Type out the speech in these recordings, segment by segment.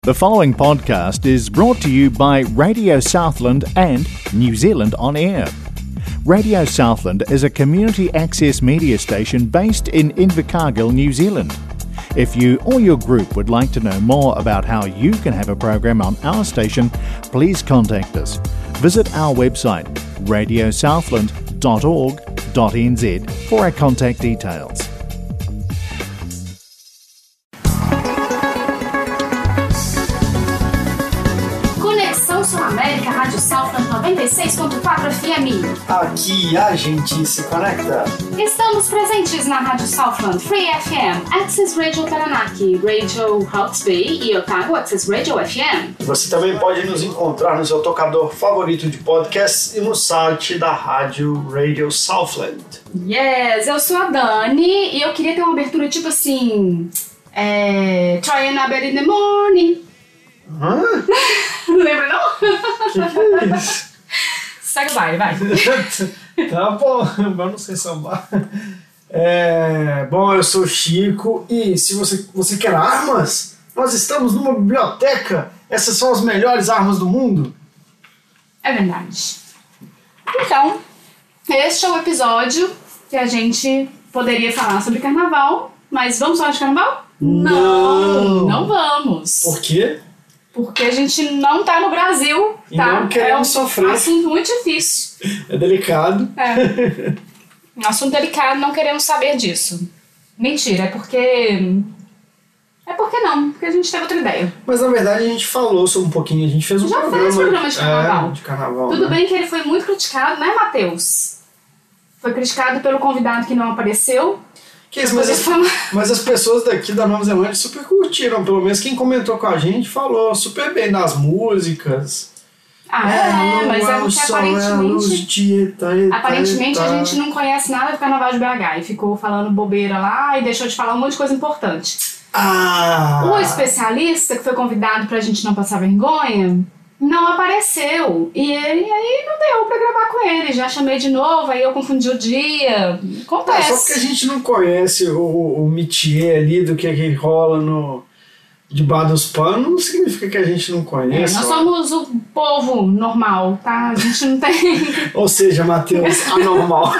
The following podcast is brought to you by Radio Southland and New Zealand On Air. Radio Southland is a community access media station based in Invercargill, New Zealand. If you or your group would like to know more about how you can have a program on our station, please contact us. Visit our website radiosouthland.org.nz for our contact details. América, Rádio Southland 96.4 FM. Aqui a gente se conecta. Estamos presentes na Rádio Southland Free FM, Access Radio Taranaki, Radio Hawke's-Bay e Otago Access Radio FM. Você também pode nos encontrar no seu tocador favorito de podcast e no site da rádio Radio Southland. Yes, eu sou a Dani e eu queria ter uma abertura tipo assim... Try and bed in the morning. Hã? Não lembra não? Que é isso? Segue o baile, vai. Tá bom, vamos ressalvar. Bom, eu sou o Chico e se você quer armas, nós estamos numa biblioteca. Essas são as melhores armas do mundo. É verdade. Então, este é o episódio que a gente poderia falar sobre carnaval, mas vamos falar de carnaval? Não vamos. Por quê? Porque a gente não tá no Brasil, e tá? Não queremos sofrer. É um assunto muito difícil. É delicado. Um assunto delicado, não queremos saber disso. Mentira, é porque não, porque a gente teve outra ideia. Mas na verdade a gente falou sobre um pouquinho, a gente fez um programa. Já fez programa de carnaval. De carnaval. Tudo né? bem que ele foi muito criticado, né, Matheus? Foi criticado pelo convidado que não apareceu. Mas as pessoas daqui da Nova Zelândia super curtiram, pelo menos quem comentou com a gente falou super bem das músicas. Mas é porque aparentemente a gente não conhece nada do Carnaval de BH e ficou falando bobeira lá e deixou de falar um monte de coisa importante. O especialista que foi convidado pra gente não passar vergonha não apareceu. E aí não deu pra gravar com ele. Já chamei de novo, aí eu confundi o dia. Acontece. Só porque a gente não conhece o métier ali do que rola debaixo dos panos, não significa que a gente não conhece. Nós somos o povo normal, tá? A gente não tem... Ou seja, Matheus, anormal.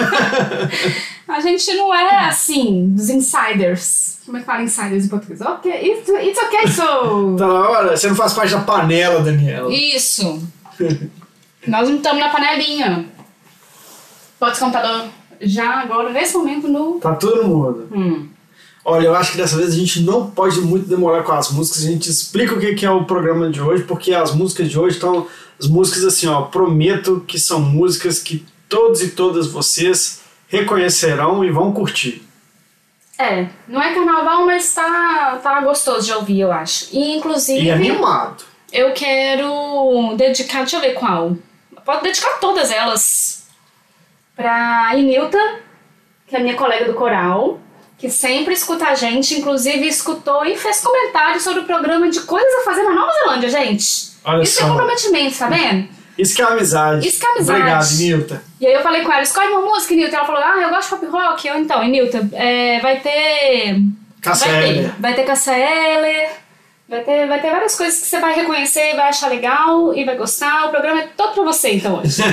A gente não é assim, dos insiders. Como é que fala insiders em português? Ok, it's okay, so... Tá na hora, você não faz parte da panela, Daniela. Isso. Nós não estamos na panelinha. Bota esse computador já agora, nesse momento, no... Tá tudo no mudo. Olha, eu acho que dessa vez a gente não pode muito demorar com as músicas. A gente explica o que é o programa de hoje, porque as músicas de hoje estão... As músicas assim, prometo que são músicas que todos e todas vocês reconhecerão e vão curtir. Não é carnaval, mas tá gostoso de ouvir, eu acho. E inclusive... E animado. Eu quero dedicar, deixa eu ver qual. Posso dedicar todas elas. Pra Inilta, que é a minha colega do coral, que sempre escuta a gente, inclusive escutou e fez comentários sobre o programa de coisas a fazer na Nova Zelândia, gente. Olha Isso só. é comprometimento, tá vendo? Isso que é amizade. Isso que é amizade. Obrigado, Inilta. E aí eu falei com ela, escolhe uma música, Inilta. Ela falou, eu gosto de pop rock. Eu, então, Inilta, vai ter... Cássia Eller. Vai ter Cássia Eller. Vai ter várias coisas que você vai reconhecer, vai achar legal e vai gostar. O programa é todo pra você, então, hoje.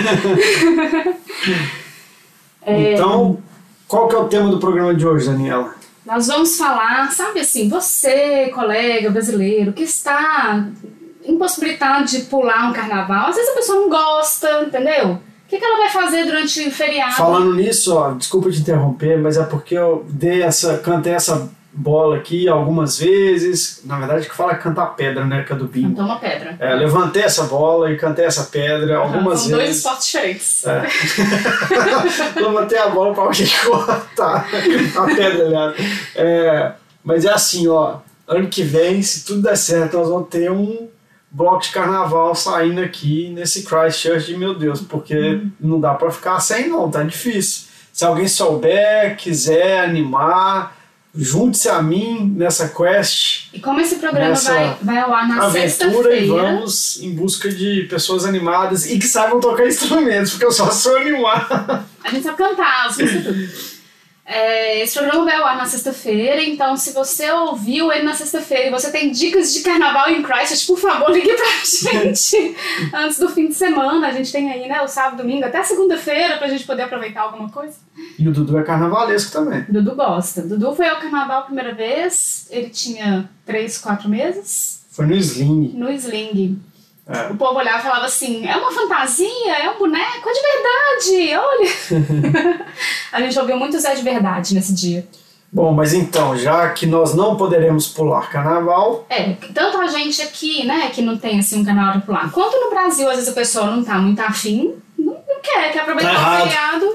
Então, qual que é o tema do programa de hoje, Daniela? Nós vamos falar, sabe assim, você, colega brasileiro, que está impossibilitado de pular um carnaval. Às vezes a pessoa não gosta, entendeu? O que ela vai fazer durante o feriado? Falando nisso, desculpa te interromper, mas é porque eu cantei essa bola aqui algumas vezes. Na verdade, que fala cantar pedra, né? Que é do bingo. Cantou uma pedra. Levantei essa bola e cantei essa pedra algumas vezes. São dois esportes diferentes. Levantei a bola pra alguém cortar a pedra, aliás. Mas é assim, ano que vem, se tudo der certo, nós vamos ter um bloco de carnaval saindo aqui nesse Christchurch, meu Deus, porque não dá pra ficar sem não, tá difícil. Se alguém souber, quiser animar, junte-se a mim nessa quest. E como esse programa vai ao ar na sexta-feira, e vamos em busca de pessoas animadas e que saibam tocar instrumentos, porque eu só sou animado. A gente sabe cantar, as músicas tudo. Esse programa vai ao ar na sexta-feira, então se você ouviu ele na sexta-feira e você tem dicas de carnaval em Christchurch, por favor, ligue pra gente antes do fim de semana. A gente tem aí, né, o sábado, domingo, até segunda-feira pra gente poder aproveitar alguma coisa. E o Dudu é carnavalesco também. O Dudu gosta. O Dudu foi ao carnaval a primeira vez, ele tinha 3, 4 meses. Foi no Sling. No Sling. O povo olhava e falava assim, é uma fantasia, é um boneco, é de verdade, olha. A gente ouviu muito Zé de Verdade nesse dia. Bom, mas então, já que nós não poderemos pular carnaval... Tanto a gente aqui, né, que não tem assim um carnaval pra pular, quanto no Brasil, às vezes a pessoa não tá muito afim, não quer aproveitar o feriado.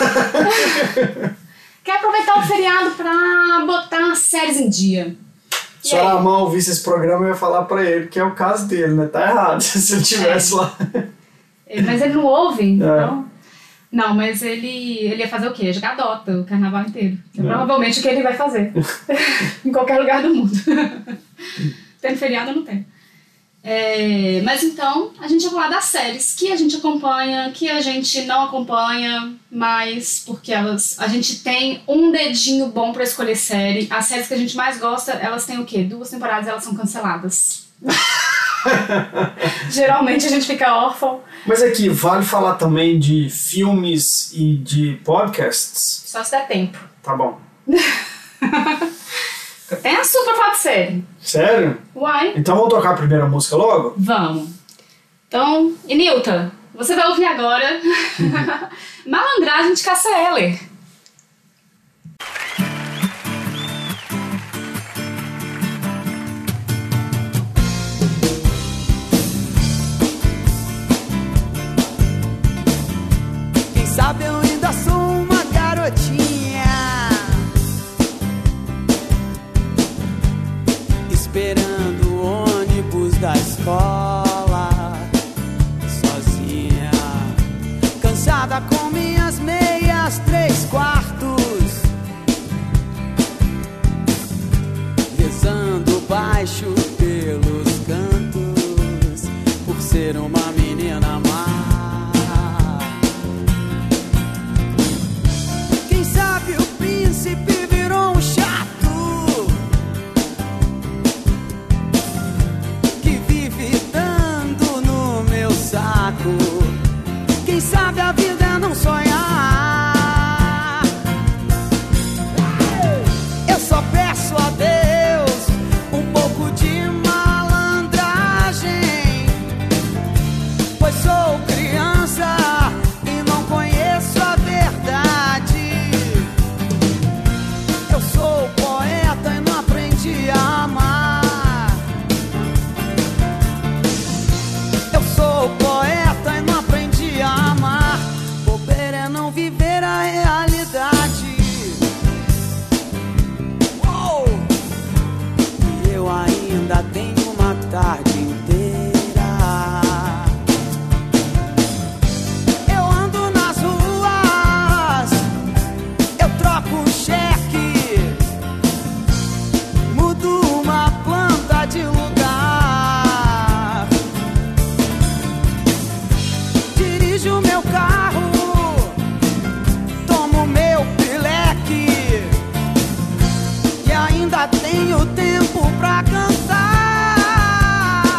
Quer aproveitar o feriado pra botar as séries em dia. Se o Aramão ouvisse esse programa, eu ia falar pra ele que é o caso dele, né? Tá errado, se ele estivesse lá. Mas ele não ouve, então... Não, mas ele ia fazer o quê? Jogar Dota o carnaval inteiro. É provavelmente o que ele vai fazer. Em qualquer lugar do mundo. Tendo feriado ou não tem. Mas então, a gente vai falar das séries que a gente acompanha, que a gente não acompanha, mas porque a gente tem um dedinho bom pra escolher série. As séries que a gente mais gosta, elas têm o quê? 2 temporadas, elas são canceladas. Geralmente a gente fica órfão. Mas aqui, vale falar também de filmes e de podcasts? Só se der tempo. Tá bom. Tem a super foto série. Sério? Uai. Então vamos tocar a primeira música logo? Vamos. Então, Nilton, você vai ouvir agora Malandragem de Cássia Eller. Quem sabe eu ainda sou uma garotinha esperando o ônibus da escola, sozinha, cansada com minhas meias 3/4, rezando baixo pelos cantos, por ser uma menina má. Quem sabe o príncipe virou um chato Quem sabe a vida é não sonhar. Eu só peço a Deus um pouco de malandragem, pois sou criança e não conheço a verdade. Eu sou poeta e não aprendi a amar. Eu sou poeta e não aprendi a amar. Bobeira é não viver a realidade. Uou! E eu ainda tenho uma tarde inteira. Eu ando nas ruas, eu troco um cheque, mudo uma planta de lugar, dirijo meu carro, tomo meu pileque e ainda tenho tempo pra cantar.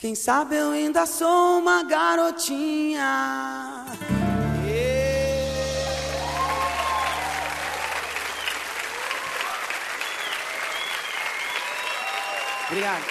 Quem sabe eu ainda sou uma garotinha. Obrigado.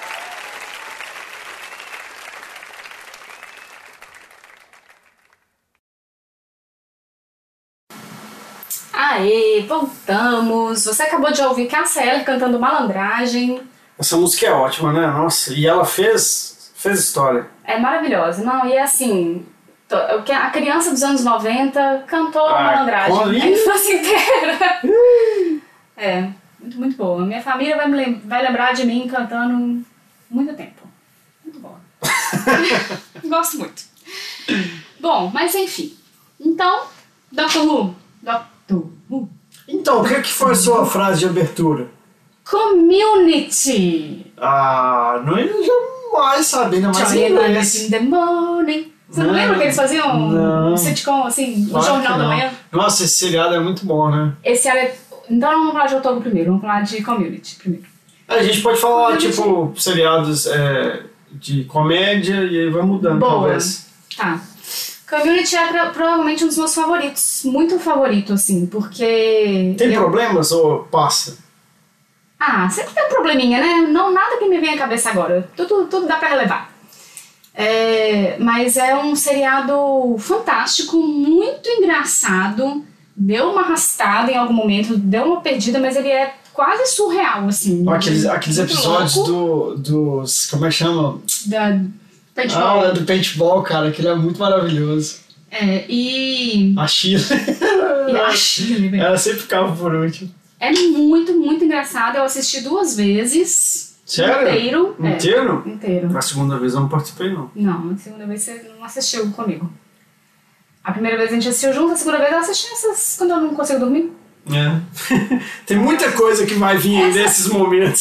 Aê, voltamos. Você acabou de ouvir Cássia Eller cantando Malandragem. Essa música é ótima, né? Nossa, e ela fez história. É maravilhosa. Não, e é assim, a criança dos anos 90 cantou Malandragem. A infância inteira. É, muito, muito boa. Minha família vai lembrar de mim cantando muito tempo. Muito boa. Gosto muito. Bom, mas enfim. Então, Dr. Who. Então, o que foi a sua frase de abertura? Community! Não ia jamais saber, ainda mais em inglês. In the morning. Você não lembra que eles faziam um sitcom assim, no jornal da manhã? Nossa, esse seriado é muito bom, né? Então não vamos falar de Outono primeiro, vamos falar de Community primeiro. A gente pode falar, tipo, seriados de comédia e aí vai mudando, talvez. Tá. Community é provavelmente um dos meus favoritos. Muito favorito, assim, porque... Tem problemas ou passa? Sempre tem um probleminha, né? Não, nada que me venha à cabeça agora. Tudo dá pra relevar. Mas é um seriado fantástico, muito engraçado. Deu uma arrastada em algum momento, deu uma perdida, mas ele é quase surreal, assim. Aqueles episódios dos... Como é que chama? Paintball. Do paintball, cara, aquele é muito maravilhoso. A Sheila. A Sheila, velho. Ela sempre ficava por último. É muito, muito engraçado. Eu assisti 2 vezes. Sério? Inteiro? Inteiro. A segunda vez eu não participei, não. Não, a segunda vez você não assistiu comigo. A primeira vez a gente assistiu junto, a segunda vez eu assisti essas quando eu não consigo dormir. Tem muita coisa que vai vir nesses momentos.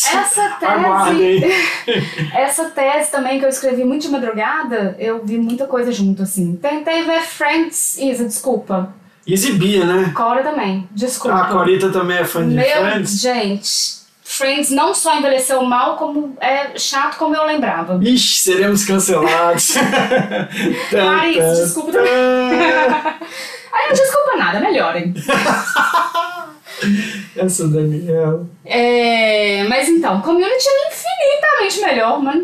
Essa tese também que eu escrevi muito de madrugada, eu vi muita coisa junto, assim. Tentei ver Friends, desculpa. Exibia, né? Cora também, desculpa. A Corita também é fã de Friends? Gente, Friends não só envelheceu mal, como é chato como eu lembrava. Ixi, seremos cancelados. Larissa, desculpa também. Aí não desculpa nada, melhorem. Essa Daniela. Mas então, Community é infinitamente melhor, mas não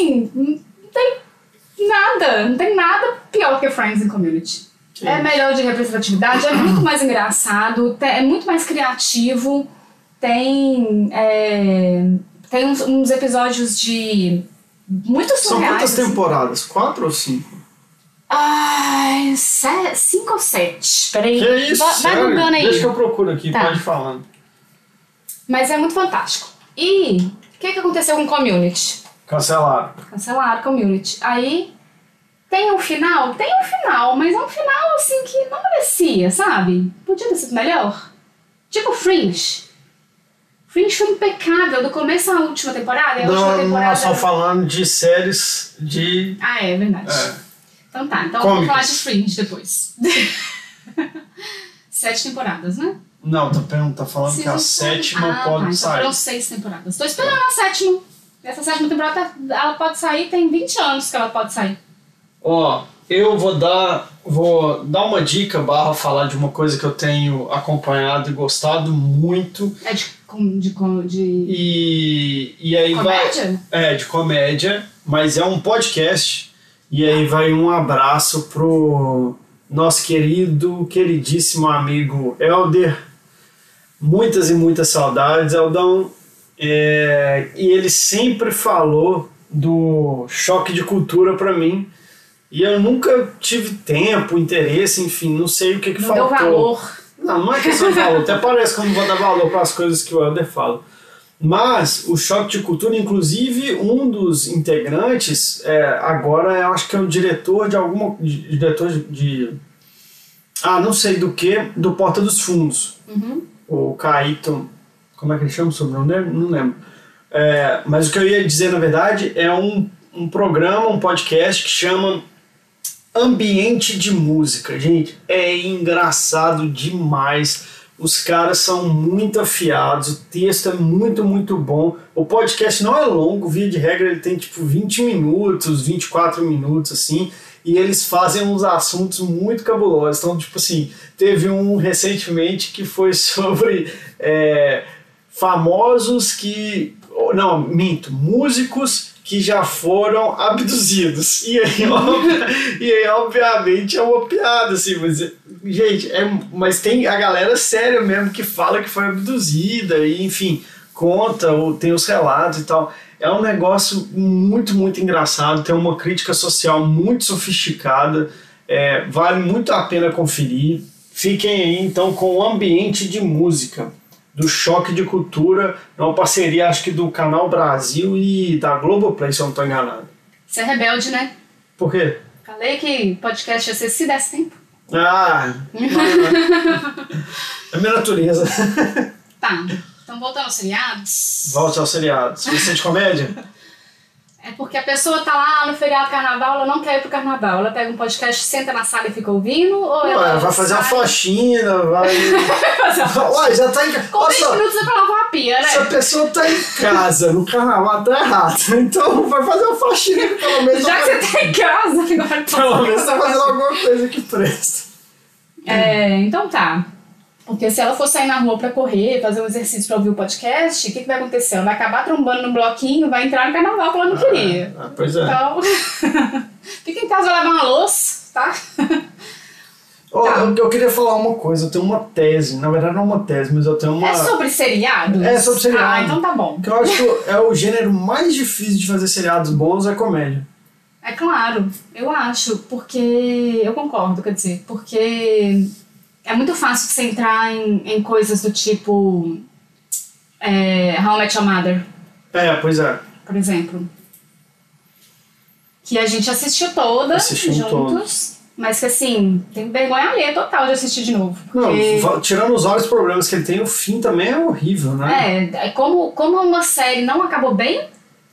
tem nada pior que Friends em Community. É melhor de representatividade, é muito mais engraçado, é muito mais criativo, tem uns episódios de muito surreais. São quantas temporadas? 4 ou 5? 5 ou 7. Peraí. Que isso? Vai googando aí. Deixa que eu procuro aqui, pode ir falando. Mas é muito fantástico. E o que aconteceu com Community? Cancelaram Community. Aí tem um final, mas é um final assim que não merecia, sabe? Podia ter sido melhor. Tipo Fringe. Fringe foi impecável, do começo à última temporada. Nós estamos falando de séries de... é verdade. Então tá, vamos falar de Fringe depois. 7 temporadas, né? Não, tá falando que a 7ª pode sair. Foram 6 temporadas. Tô esperando a 7ª. Essa 7ª temporada, ela pode sair, tem 20 anos que ela pode sair. Eu vou dar uma dica / falar de uma coisa que eu tenho acompanhado e gostado muito. É de e aí comédia? De comédia, mas é um podcast. E aí vai um abraço pro nosso queridíssimo amigo Helder. Muitas e muitas saudades, Eldão. E ele sempre falou do Choque de Cultura pra mim. E eu nunca tive tempo, interesse, enfim, não sei o que faltou. Não deu valor. Não é questão de valor. Até parece que eu não vou dar valor para as coisas que o Helder fala. Mas o Choque de Cultura, inclusive, um dos integrantes, agora eu acho que é o diretor de não sei do Porta dos Fundos. Uhum. O Caíton, como é que ele chama o sobrenome? Não lembro. Mas o que eu ia dizer, na verdade, é um programa, um podcast que chama Ambiente de Música. Gente, é engraçado demais. Os caras são muito afiados, o texto é muito, muito bom. O podcast não é longo, via de regra ele tem tipo 20 minutos, 24 minutos, assim. E eles fazem uns assuntos muito cabulosos. Então, tipo assim, teve um recentemente que foi sobre famosos que... Não, minto, músicos que já foram abduzidos. E aí, obviamente, é uma piada, assim, mas, gente, mas tem a galera séria mesmo que fala que foi abduzida, e enfim, conta, tem os relatos e tal. É um negócio muito, muito engraçado, tem uma crítica social muito sofisticada, vale muito a pena conferir. Fiquem aí, então, com o Ambiente de Música, do Choque de Cultura, é uma parceria, acho que do Canal Brasil e da Globoplay, se eu não estou enganado. Você é rebelde, né? Por quê? Falei que podcast ia ser se desse tempo. Ah, é minha natureza. Tá, então voltando aos seriados. Volte aos seriados. Você é de comédia? É porque a pessoa tá lá no feriado do carnaval, ela não quer ir pro carnaval. Ela pega um podcast, senta na sala e fica ouvindo, ou ela vai fazer uma faxina, vai fazer uma faxina. Ué, já tá em casa. Com 20 minutos é pra lavar a pia, né? Se a pessoa tá em casa no carnaval, tá errado. Então vai fazer uma faxina, pelo menos. Já que você tá em casa, agora pelo menos tá fazendo alguma coisa que presta. Então tá. Porque se ela for sair na rua pra correr, fazer um exercício pra ouvir o podcast, o que vai acontecer? Ela vai acabar trombando no bloquinho, vai entrar no carnaval que ela não queria. Pois é. Então, fica em casa, vai lavar uma louça, tá? Eu queria falar uma coisa, eu tenho uma tese, na verdade não é uma tese, mas eu tenho uma... É sobre seriados? É sobre seriados. Ah, então tá bom. Porque eu acho que é o gênero mais difícil de fazer seriados bons é comédia. É claro, eu acho, porque... Eu concordo, quer dizer, porque... É muito fácil você entrar em coisas do tipo How I Met Your Mother. Pois é. Por exemplo. Que a gente assistiu todas juntos, mas que assim, tem vergonha alheia total de assistir de novo. Porque... Não, tirando os vários problemas que ele tem, o fim também é horrível, né? Como uma série não acabou bem,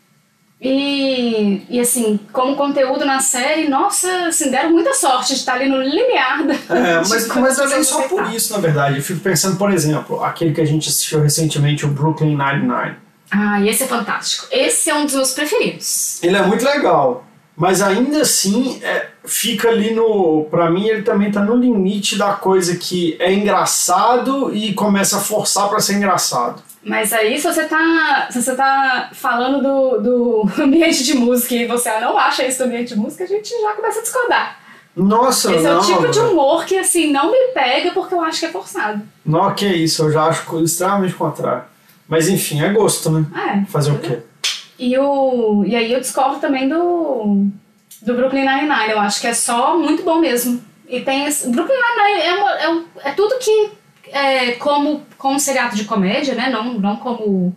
e assim, como conteúdo na série, nossa, assim, deram muita sorte de estar ali no limiar mas não é nem só por isso, na verdade. Eu fico pensando, por exemplo, aquele que a gente assistiu recentemente, o Brooklyn Nine-Nine. Ah, e esse é fantástico. Esse é um dos meus preferidos. Ele é muito legal, mas ainda assim fica ali no... Pra mim, ele também tá no limite da coisa que é engraçado e começa a forçar pra ser engraçado. Mas aí, se você tá falando do ambiente de música e você não acha isso do ambiente de música, a gente já começa a discordar. Nossa, esse é o tipo de humor que, assim, não me pega porque eu acho que é forçado. Não, que isso, eu já acho extremamente contrário. Mas enfim, é gosto, né? Fazer o quê? E aí eu discordo também do Brooklyn Nine-Nine. Eu acho que é só muito bom mesmo. E tem Brooklyn Nine-Nine é tudo que... como um seriado de comédia, né? Não como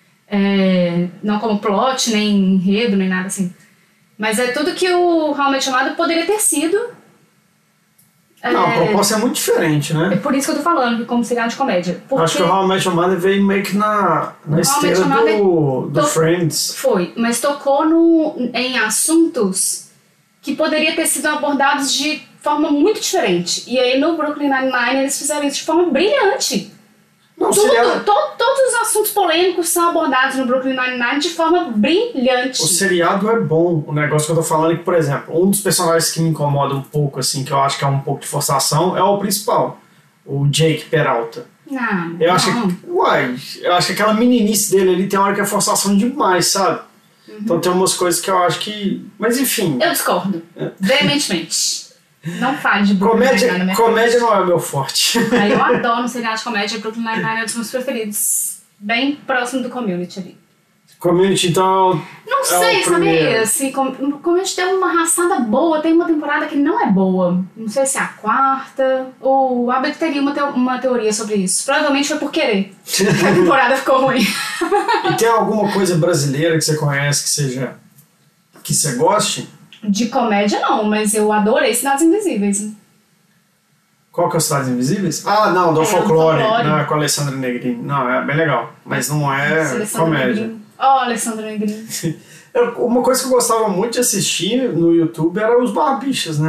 plot, nem enredo, nem nada assim. Mas é tudo que o How I Met Your Mother poderia ter sido. Não, a proposta é muito diferente, né? É por isso que eu tô falando, que como seriado de comédia. Porque acho que o How I Met Your Mother veio meio que na esteira do Friends. Foi, mas tocou em assuntos que poderiam ter sido abordados de forma muito diferente. E aí no Brooklyn Nine-Nine eles fizeram isso de forma brilhante. Não, todos os assuntos polêmicos são abordados no Brooklyn Nine-Nine de forma brilhante. O seriado é bom. O negócio que eu tô falando é que, por exemplo, um dos personagens que me incomoda um pouco, assim, que eu acho que é um pouco de forçação, é o principal. O Jake Peralta. Eu acho que aquela meninice dele ali tem uma hora que é forçação demais, sabe? Uhum. Então tem umas coisas que eu acho que... Mas enfim... Eu discordo. Veementemente. Não fale de Brooklyn Nine-Nine. Comédia não é o meu forte. Eu adoro seriado de comédia. Brooklyn Nine-Nine é um dos meus preferidos. Bem próximo do Community ali. Community, então... Não sei, sabia? Assim, Community tem uma arrastada boa. Tem uma temporada que não é boa. Não sei se é a quarta. O Abel teria uma teoria sobre isso. Provavelmente foi por querer que a temporada ficou ruim. E tem alguma coisa brasileira que você conhece que você goste? De comédia não, mas eu adorei Cidades Invisíveis. Qual que é o Cidades Invisíveis? Ah, não, do Folclore, com a Alessandra Negrini. Não, é bem legal, mas não é comédia. Alessandra Negrini. Uma coisa que eu gostava muito de assistir no YouTube era os Barbichas, né?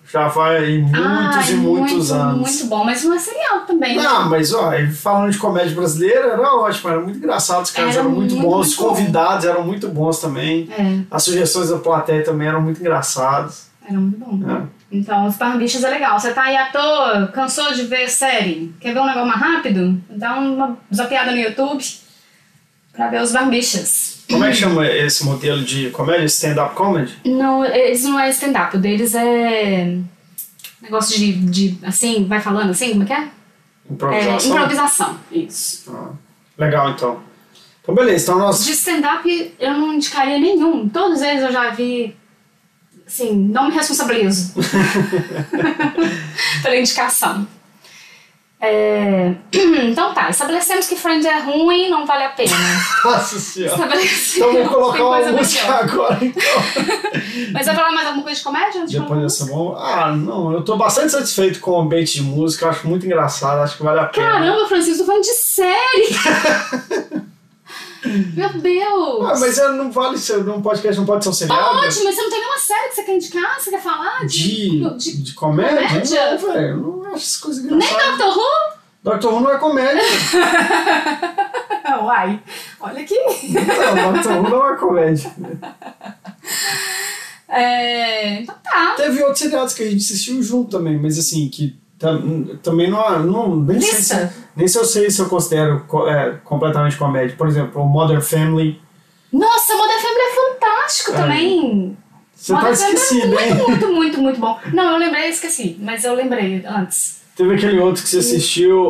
Já vai muitos anos. Muito bom, mas não é seriado também. Não, mas falando de comédia brasileira, era ótimo, era muito engraçado, os caras eram muito bons, os convidados eram muito bons também. As sugestões da plateia também eram muito engraçadas. Era muito bom. Então, os Barbichas é legal. Você tá aí à toa, cansou de ver série? Quer ver um negócio mais rápido? Dá uma zapiada no YouTube pra ver os Barbichas. Como é que chama esse modelo de comédia? Stand-up comedy? Não, eles não é stand-up. O deles é... negócio de assim, vai falando assim, como é que é? Improvisação, isso. Legal, então. Então, beleza. Então nós... De stand-up, eu não indicaria nenhum. Todos eles eu já vi... Assim, não me responsabilizo pela indicação. Então tá, estabelecemos que Friends é ruim, não vale a pena. Nossa senhora. Então vamos colocar uma música agora, então. Mas vai falar mais alguma coisa de comédia? Depois dessa mão? Não, eu tô bastante satisfeito com o ambiente de música, eu acho muito engraçado, acho que vale a pena. Caramba, Francisco, tô falando de série! Meu Deus! Mas não vale ser, num podcast não pode ser um seriado? Pode, mas você não tem nenhuma série que você quer indicar? Você quer falar? De comédia? Não, velho, eu não acho essas coisas engraçadas. Nem Doctor Who? Doctor Who não é comédia. Uai, olha aqui. Não, Doctor Who não é comédia. Então tá. Teve outros seriados que a gente assistiu junto também, mas assim, que também nem se eu sei se eu considero completamente comédia. Por exemplo, o Modern Family. Nossa, Modern Family é fantástico também. Você tá esquecido, hein? Muito bom. Não, eu lembrei e esqueci, mas eu lembrei antes. Teve aquele outro que você assistiu,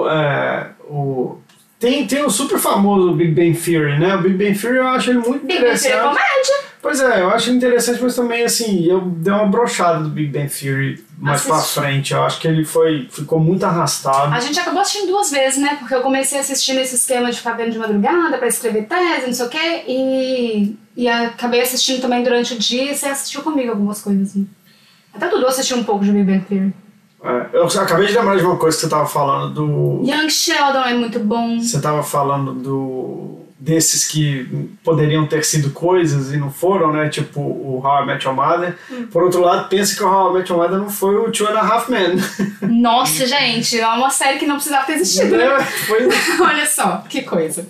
Tem o super famoso Big Bang Theory, né? O Big Bang Theory eu acho ele muito interessante. Big Bang Theory é comédia. Pois eu acho ele interessante, mas também assim, eu dei uma brochada do Big Bang Theory mais pra frente. Eu acho que ele ficou muito arrastado. A gente acabou assistindo 2 vezes, né? Porque eu comecei a assistir nesse esquema de ficar vendo de madrugada pra escrever tese, não sei o quê, e acabei assistindo também durante o dia e você assistiu comigo algumas coisas, né? Até Dudu assistiu um pouco de Big Bang Theory. Eu acabei de lembrar de uma coisa que você tava falando do... Young Sheldon é muito bom. Você tava falando desses que poderiam ter sido coisas e não foram, né? Tipo o How I Met Your Mother. Por outro lado, pensa que o How I Met Your Mother não foi o 2.5 Men. Nossa, gente, é uma série que não precisava ter existido, né? Olha só, que coisa.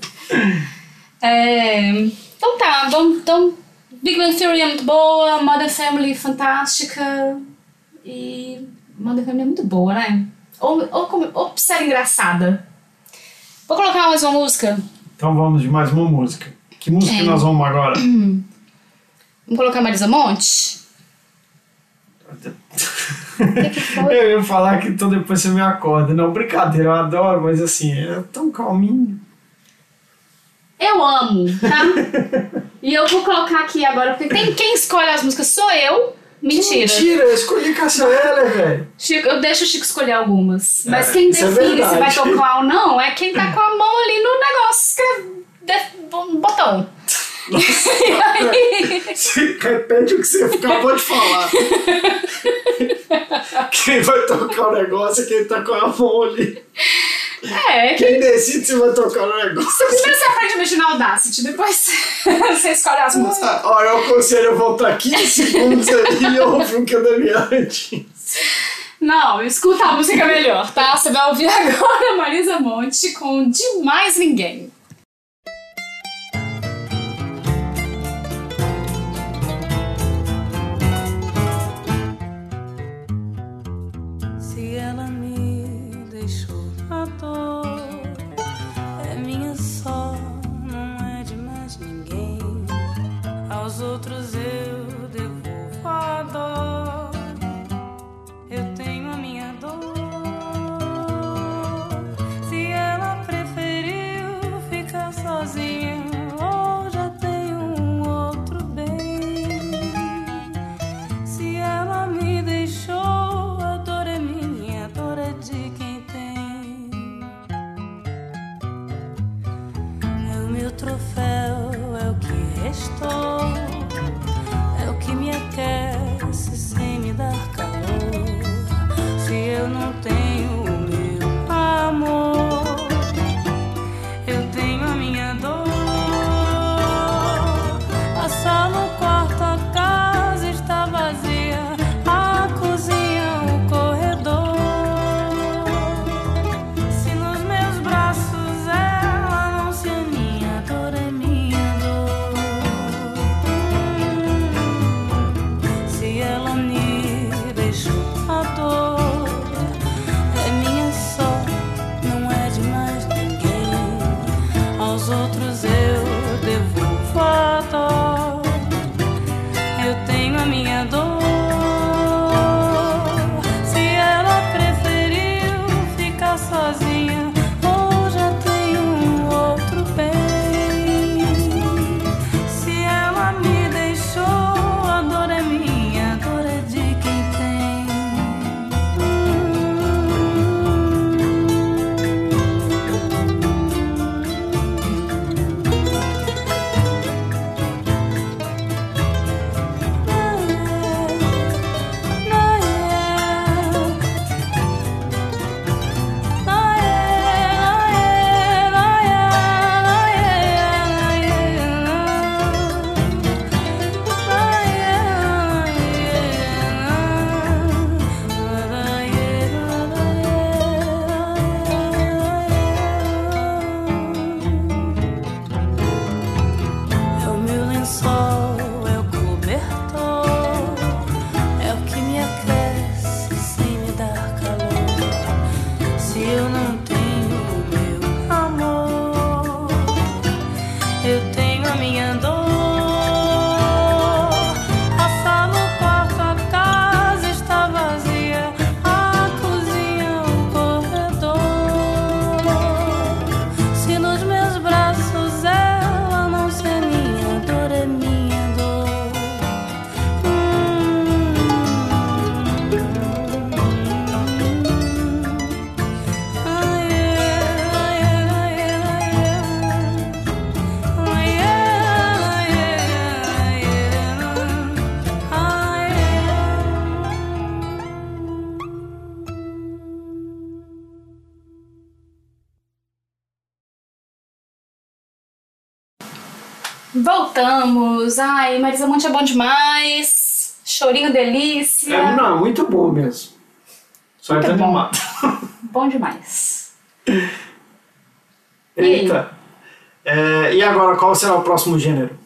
Então tá, então Big Bang Theory é muito boa, Modern Family fantástica e... Modern Family é muito boa, né? Ou série engraçada. Vou colocar mais uma música. Então vamos de mais uma música. Que música que nós vamos agora? Vamos colocar Marisa Monte? Que foi? Eu ia falar que então depois você me acorda. Não, brincadeira, eu adoro, mas assim, é tão calminho. Eu amo, tá? E eu vou colocar aqui agora, porque quem escolhe as músicas sou eu. Mentira, eu escolhi Cássia Eller, velho. Eu deixo o Chico escolher algumas. Mas quem define se vai tocar ou não é quem tá com a mão ali no negócio, no botão. Nossa, você repete o que você acabou de falar. Quem vai tocar o negócio é quem tá com a mão ali. Quem decide se vai tocar o negócio. Primeiro você aprende a mexer na Audacity, depois você escolhe as músicas. Eu aconselho eu voltar 15 segundos ali e ouvir o que eu devia antes. Não, escuta a música melhor, tá? Você vai ouvir agora Marisa Monte com De Mais Ninguém. Se ela me deixou na dor, é minha só, não é de mais ninguém. Aos outros eu devolvo a dor. Eu tenho a minha dor. Se ela preferiu ficar sozinha, ou já tem um outro bem. Se ela me deixou, a dor é minha, a dor é de quem tem. É o meu troféu, é o que restou, é o que me aquece sem me dar calor. Se eu não tenho o meu amor, eu tenho a minha dor. A sala, o quarto, a casa está vazia, a cozinha, aos outros eu devolvo a dó. Eu tenho a minha dor. Se ela preferiu ficar sozinha ou já tem um outro bem, se ela me deixou, a dor é minha, a dor é de quem tem. É o meu lençol, é o cobertor, é o que me aquece sem me dar calor. Se eu não tenho meu amor, eu tenho a minha dor. A sala, o quarto, a casa está vazia, a cozinha, o corredor. Se nos meus braços ela não ser minha, dor é minha dor. Voltamos. Ai, Marisa Monte é bom demais. Chorinho delícia. Não, muito bom mesmo. Só Muito tá bom. animado. Bom demais. Eita. E agora, qual será o próximo gênero?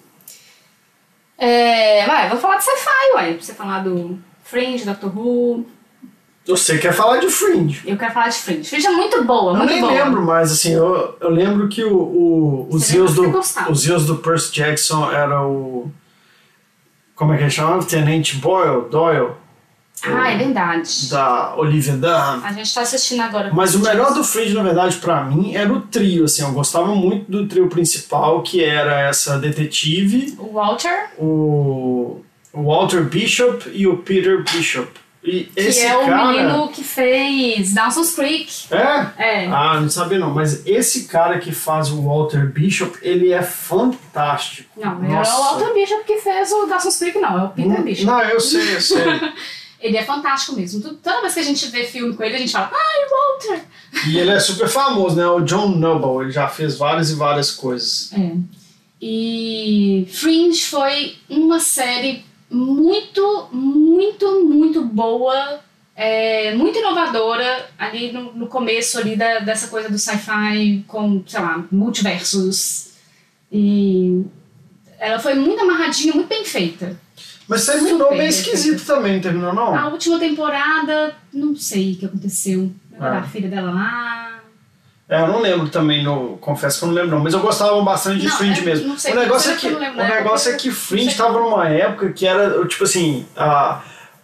Vou falar de sci-fi, ué. Pra você falar do Fringe, Doctor Who. Você quer falar de Fringe? Eu quero falar de Fringe. Fringe é muito boa, Eu muito nem boa. lembro mais, assim, eu lembro que os rios do Percy Jackson era o... Como é que ele chamava? Tenente Doyle. Ah, é verdade. Da Olivia Dunham. A gente tá assistindo agora. Mas o melhor do Fringe, na verdade, pra mim, era o trio, assim. Eu gostava muito do trio principal, que era essa detetive... O Walter. O Walter Bishop e o Peter Bishop. E esse que é o cara... menino que fez Dawson's Creek. É? É. Ah, não sabia não. Mas esse cara que faz o Walter Bishop, ele é fantástico. Não, não é o Walter Bishop que fez o Dawson's Creek, não. É o Peter Bishop. Não, eu sei. Ele é fantástico mesmo. Toda vez que a gente vê filme com ele, a gente fala, ai, Walter! E ele é super famoso, né? O John Noble. Ele já fez várias e várias coisas. É. E Fringe foi uma série muito, muito, muito boa, muito inovadora ali no começo ali dessa coisa do sci-fi com, sei lá, multiversos. E ela foi muito amarradinha, muito bem feita. Mas terminou bem esquisito também, não terminou não? A última temporada, não sei o que aconteceu. A filha dela lá... Eu não lembro também, confesso que eu não lembro não, mas eu gostava bastante de Fringe mesmo. Não sei, o negócio é que Fringe estava numa época que era, tipo assim, a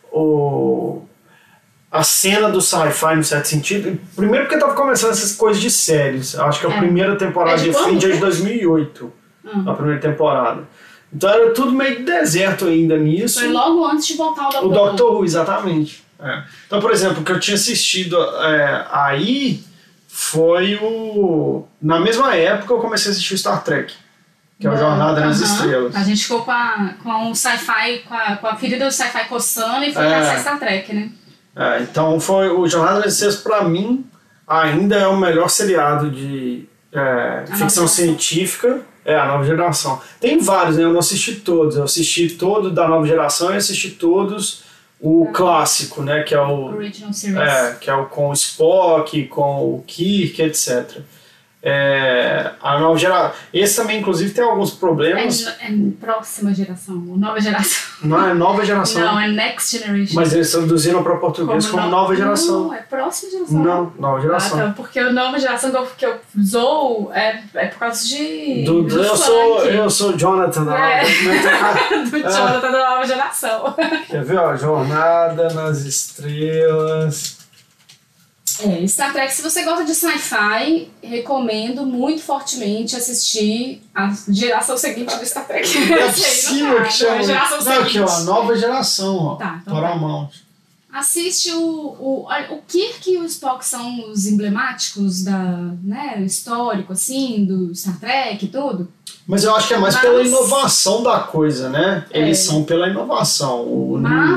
cena do sci-fi, no certo sentido. Primeiro porque tava começando essas coisas de séries. Acho que a primeira temporada de Fringe é de 2008, a primeira temporada. Então era tudo meio deserto ainda nisso. Foi logo antes de voltar o Doctor Who, exatamente. Então, por exemplo, o que eu tinha assistido aí... foi na mesma época eu comecei a assistir o Star Trek, que é o Jornada nas Estrelas. A gente ficou com o sci-fi, com a filha do sci-fi coçando e foi pra Star Trek, né? Então foi o Jornada nas Estrelas, pra mim, ainda é o melhor seriado de ficção científica. A nova geração. Tem vários, né? Eu não assisti todos. Eu assisti todo da nova geração e assisti todos o clássico, né? Que é o Original Series. Que é o com o Spock, com o Kirk, etc. A nova geração. Esse também, inclusive, tem alguns problemas. É próxima geração, nova geração. Não é nova geração. Não, é Next Generation. Mas eles traduziram para português como nova geração. Não, é próxima geração. Não, nova geração. Tá, porque a nova geração que eu zoo é por causa de. Eu sou Jonathan da do Jonathan da nova geração. Quer ver, ó? Jornada nas Estrelas. Star Trek, se você gosta de sci-fi, recomendo muito fortemente assistir a geração seguinte do Star Trek. Não é possível que chama. Não, aqui, ó, nova geração, ó. Tá, então Paramount. Assiste o Kirk e o Spock são os emblemáticos histórico, assim, do Star Trek e tudo. Mas eu acho que é mais pela inovação da coisa, né? Eles são pela inovação. Mas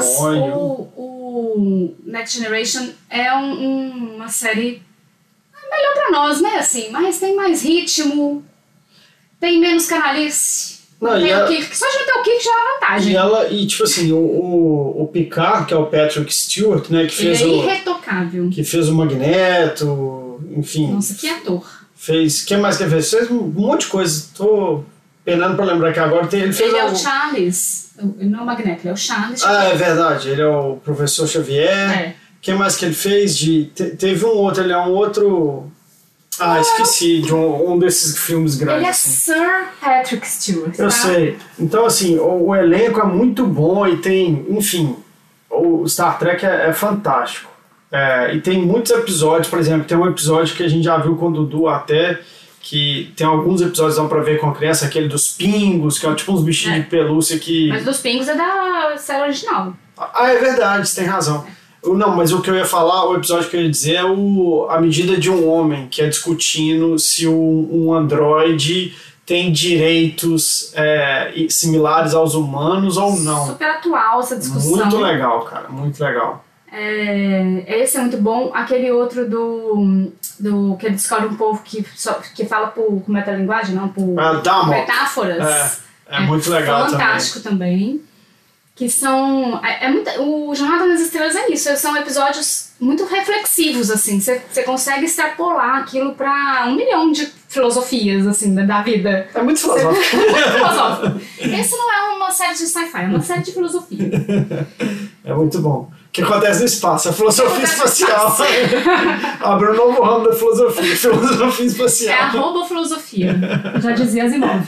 o Next Generation é uma série melhor pra nós, né? Assim, mas tem mais ritmo, tem menos canalice. Só de não ter o Kirk já é vantagem. E tipo assim, o Picard, que é o Patrick Stewart, né? Que fez ele é irretocável. Que fez o Magneto, enfim. Nossa, que ator. O que mais que ele fez? Fez um monte de coisa. Tô penando pra lembrar que agora ele fez. Ele é o Charles. Ele não é o Magneto, ele é o Charles. É verdade. Ele é o Professor Xavier. O que mais que ele fez? Teve um outro, ele é um outro. Esqueci de um desses filmes grandes. Ele é assim. Sir Patrick Stewart. Eu sei. Então, assim, o elenco é muito bom e tem, enfim, o Star Trek é fantástico. E tem muitos episódios, por exemplo, tem um episódio que a gente já viu com o Dudu até, que tem alguns episódios que dão pra ver com a criança, aquele dos pingos, que é tipo uns bichinhos de pelúcia que... Mas dos pingos é da série original. É verdade, você tem razão. Não, mas o que eu ia falar, o episódio que eu ia dizer é A Medida de um Homem, que é discutindo se um androide tem direitos similares aos humanos ou não. Super atual essa discussão. Muito legal, cara, muito legal. Esse é muito bom. Aquele outro do que ele descobre um povo que fala por metalinguagem, não por metáforas. É muito legal fantástico também. Que são... o Jornada nas Estrelas é isso. São episódios muito reflexivos, assim. Você consegue extrapolar aquilo pra 1 milhão de filosofias, assim, da vida. É muito filosófico. Muito filosófico. Esse não é uma série de sci-fi, é uma série de filosofia. É muito bom. O que acontece no espaço? A filosofia espacial. Abre um novo ramo da filosofia. Filosofia espacial. É a robofilosofia. Já dizia Asimov.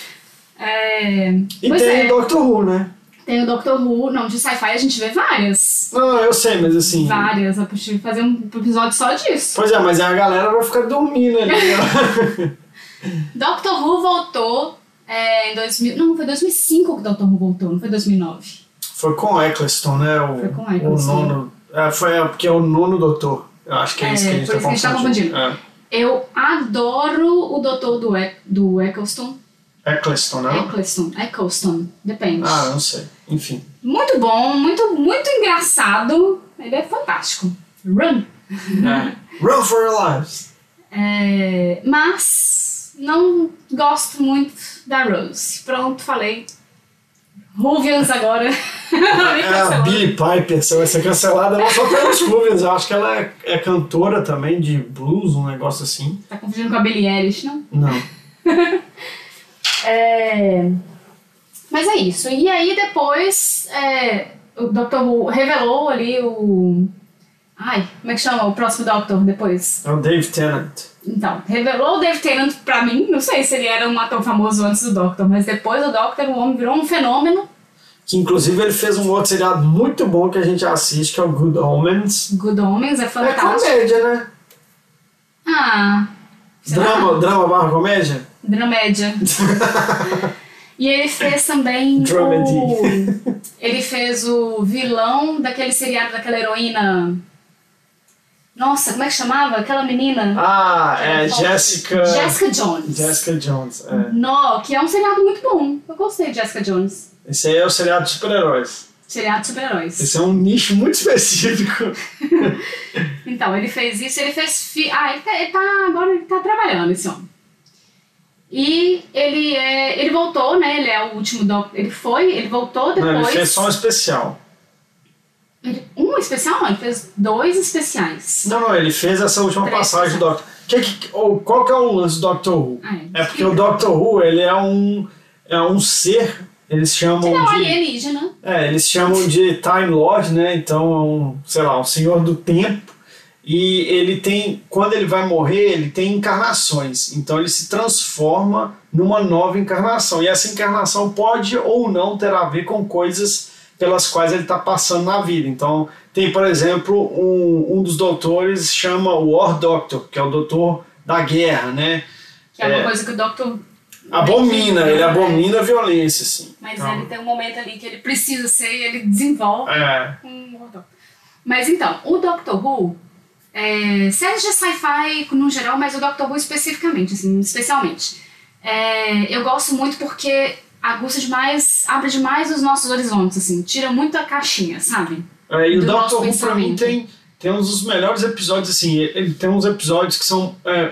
E tem o Doctor Who, né? Tem o Doctor Who, não, de sci-fi a gente vê várias. Não, eu sei, mas assim... Várias, eu podia fazer um episódio só disso. Pois é, mas a galera vai ficar dormindo ali. Doctor Who voltou em 2000... Não, foi 2005 que o Doctor Who voltou, não foi 2009. Foi com o Eccleston, né? Foi com o Eccleston. O nono... porque é o nono doutor. Eu acho que é isso que a gente tá confundindo. Eu adoro o doutor do Eccleston. Eccleston, não? Eccleston, depende. Não sei. Enfim. Muito bom, muito engraçado. Ele é fantástico. Run! Run for your lives! Mas não gosto muito da Rose. Pronto, falei. Ruvians agora. A Billie Piper vai ser cancelada não só pelos Ruvians. Eu acho que ela é cantora também de blues, um negócio assim. Tá confundindo com a Billie Eilish, não? Não. Mas é isso. E aí depois o Dr. Who revelou ali o... como é que chama o próximo Doctor depois? É o Dave Tennant. Então, revelou o Dave Tennant pra mim. Não sei se ele era um ator famoso antes do Doctor, mas depois do Doctor o homem virou um fenômeno. Que inclusive ele fez um outro seriado muito bom que a gente assiste, que é o Good Omens. Good Omens é fantástico. É comédia, né? Drama/comédia? Dramédia. E ele fez também ele fez o vilão daquele seriado daquela heroína. Nossa, como é que chamava? Aquela menina? Jessica Jones. Jessica Jones, que é um seriado muito bom. Eu gostei de Jessica Jones. Esse aí é o seriado de super-heróis. Seriado de super-heróis. Esse é um nicho muito específico. Então, ele fez isso, ele fez... agora ele tá trabalhando, esse homem. E ele voltou, né? Ele é o último Doctor. Ele voltou depois. Não, ele fez só um especial. Um especial não, ele fez 2 especiais. Não, ele fez essa última passagem do Doctor. Qual que é o lance do Doctor Who? É porque o Doctor Who, ele é um ser, eles chamam de... alienígena. Eles chamam de Time Lord, né? Então, um senhor do tempo. E ele tem, quando ele vai morrer, ele tem encarnações. Então ele se transforma numa nova encarnação. E essa encarnação pode ou não ter a ver com coisas pelas quais ele está passando na vida. Então tem, por exemplo, um dos doutores chama o War Doctor, que é o doutor da guerra, né? Que é uma coisa que o Doctor abomina, ele abomina a violência, assim. Mas então, ele tem um momento ali que ele precisa ser e ele desenvolve um War Doctor. Mas então, o Doctor Who, séries de sci-fi no geral, mas o Doctor Who especificamente, assim, especialmente. Eu gosto muito porque aguça demais, abre demais os nossos horizontes, assim, tira muito a caixinha, sabe? E o Doctor Who, pra mim, tem um dos melhores episódios, assim, ele tem uns episódios que são...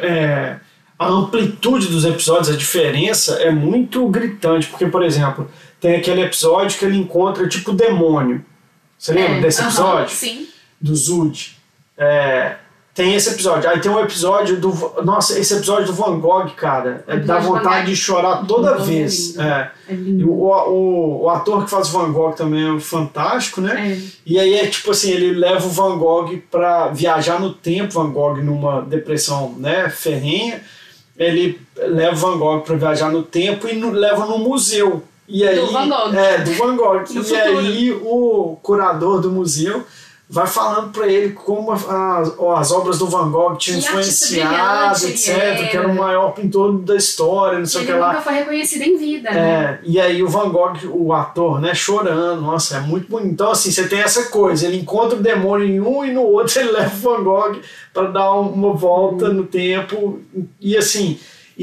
a amplitude dos episódios, a diferença é muito gritante, porque, por exemplo, tem aquele episódio que ele encontra, tipo, o demônio. Você lembra desse episódio? Sim. Do Zud. Tem esse episódio. Aí tem um episódio do... Nossa, esse episódio do Van Gogh, cara, dá vontade de chorar toda vez. E o ator que faz o Van Gogh também é fantástico, né? E aí tipo assim, ele leva o Van Gogh pra viajar no tempo, Van Gogh numa depressão, né, ferrenha. Ele leva o Van Gogh pra viajar no tempo e leva no museu. E aí, do Van Gogh. Do Van Gogh. E aí o curador do museu vai falando pra ele como as obras do Van Gogh tinham influenciado, etc. Que era o maior pintor da história, não sei o que lá. Ele nunca foi reconhecido em vida, né? E aí o Van Gogh, o ator, né, chorando. Nossa, é muito bonito. Então, assim, você tem essa coisa. Ele encontra o demônio em um e no outro ele leva o Van Gogh pra dar uma volta no tempo. E assim...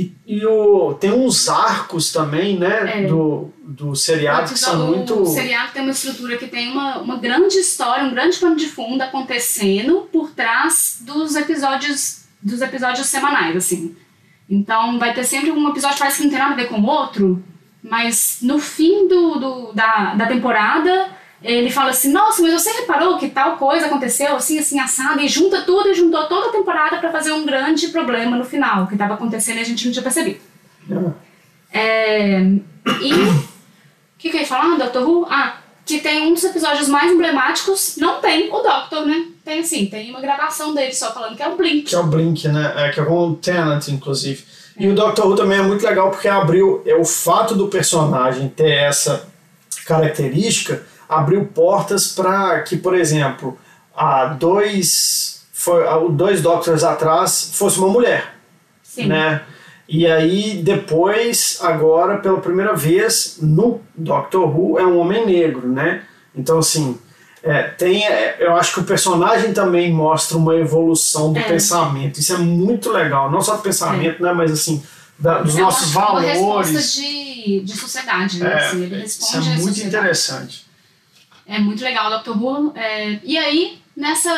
tem uns arcos também, né, do seriado que são muito... O seriado tem uma estrutura que tem uma grande história, um grande pano de fundo acontecendo por trás dos episódios semanais, assim. Então vai ter sempre um episódio que parece que não tem nada a ver com o outro, mas no fim da temporada ele fala assim, nossa, mas você reparou que tal coisa aconteceu assim, assim, assado, e junta tudo e juntou toda a temporada pra fazer um grande problema no final, que tava acontecendo e a gente não tinha percebido. E o que eu ia falar, Doctor Who? Que tem um dos episódios mais emblemáticos, não tem o Doctor, né? Tem uma gravação dele só falando que é o Blink. Que é o Blink, né? Que é com o Tennant, inclusive. E o Doctor Who também é muito legal porque abriu, o fato do personagem ter essa característica abriu portas para que, por exemplo, dois Doctors atrás fosse uma mulher. Sim. Né? E aí depois, agora, pela primeira vez, no Doctor Who é um homem negro, né? Então, assim, eu acho que o personagem também mostra uma evolução do pensamento. Isso é muito legal. Não só do pensamento, né? Mas, assim, dos nossos valores. É uma resposta de sociedade, né? Assim, ele responde isso é muito interessante. É muito legal o Doctor Who. E aí, nessa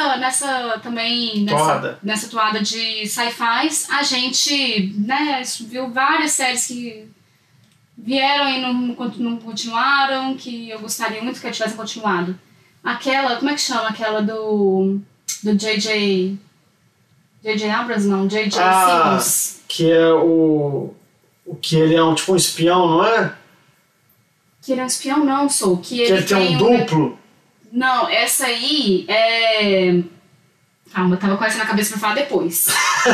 toada de sci-fis, a gente, né, viu várias séries que vieram e não continuaram, que eu gostaria muito que tivessem continuado. Aquela, como é que chama? Aquela do J.J. Abrams, não, J.J. Simmons. Que é o que ele é tipo um espião, não é? Que ele é um espião, não, sou. Que ele tem um duplo? Não, essa aí é... Calma, eu tava com essa na cabeça pra falar depois.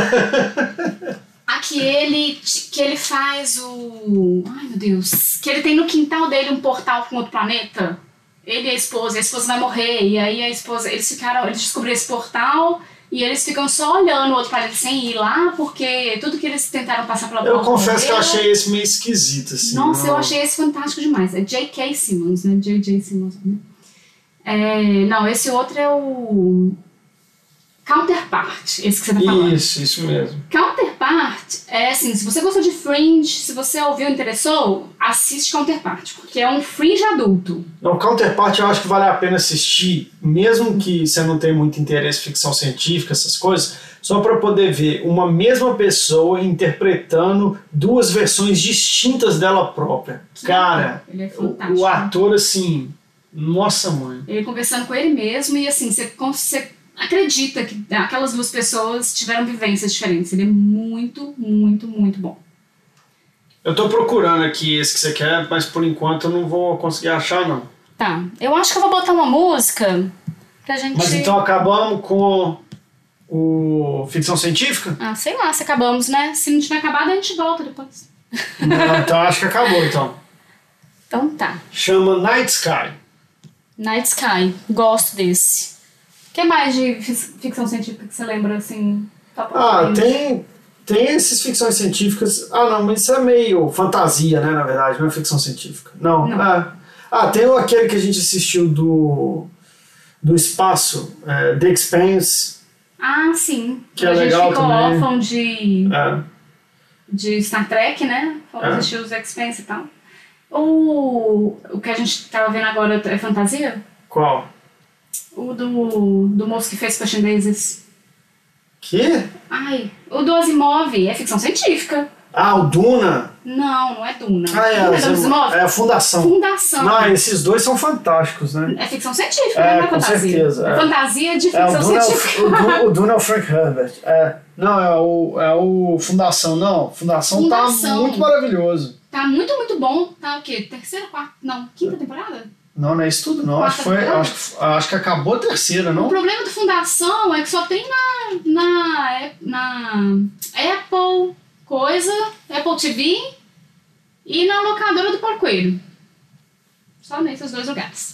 Que ele faz o... Ai, meu Deus. Que ele tem no quintal dele um portal com outro planeta. Ele e a esposa vai morrer. E aí eles descobriram esse portal... E eles ficam só olhando o outro planeta sem ir lá, porque tudo que eles tentaram passar pela porta. Eu confesso que eu achei esse meio esquisito, assim. Nossa, eu achei esse fantástico demais. É J.K. Simmons, né? J.J. Simmons, né? Não, esse outro é o Counterpart, esse que você tá falando. Isso mesmo. Counterpart é assim, se você gostou de Fringe, se você ouviu e interessou, assiste Counterpart, porque é um Fringe adulto. Não, Counterpart eu acho que vale a pena assistir, mesmo que você não tenha muito interesse em ficção científica, essas coisas, só para poder ver uma mesma pessoa interpretando duas versões distintas dela própria. Cara, ele é fantástico. O ator, assim, nossa mãe. Ele conversando com ele mesmo e assim, você acredita que aquelas duas pessoas tiveram vivências diferentes. Ele é muito, muito, muito bom. Eu tô procurando aqui esse que você quer, mas por enquanto eu não vou conseguir achar, não. Tá, eu acho que eu vou botar uma música pra gente... Mas então acabamos com o ficção científica? Ah, sei lá, se acabamos, né? Se não tiver acabado, a gente volta depois. Não, então acho que acabou, então. Então tá. Chama Night Sky. Night Sky, gosto desse. O que mais de ficção científica que você lembra, assim? Tem esses ficções científicas... Ah, não, mas isso é meio fantasia, né, na verdade, não é ficção científica. Não. Tem aquele que a gente assistiu do espaço, The Expanse. Ah, sim. Que é legal também. A gente ficou órfão de Star Trek, né? Fomos assistir os Expanse e tal. O que a gente tava vendo agora é fantasia? Qual? O do moço que fez Passion Daisies. Que? Ai, o do Asimov, é ficção científica. Ah, o Duna? Não é Duna. É a Fundação. Não, esses dois são fantásticos, né? É ficção científica, não é com fantasia. Certeza. É fantasia de ficção científica. O Duna é o Frank Herbert. Não, é o Fundação. Não, Fundação tá muito maravilhoso. Tá muito, muito bom. Tá o quê? Terceira, quarta? Não, quinta temporada? Não é isso tudo, não. Acho que acabou a terceira, não? O problema do Fundação é que só tem na Apple Apple TV e na locadora do Paulo Coelho. Só nesses dois lugares.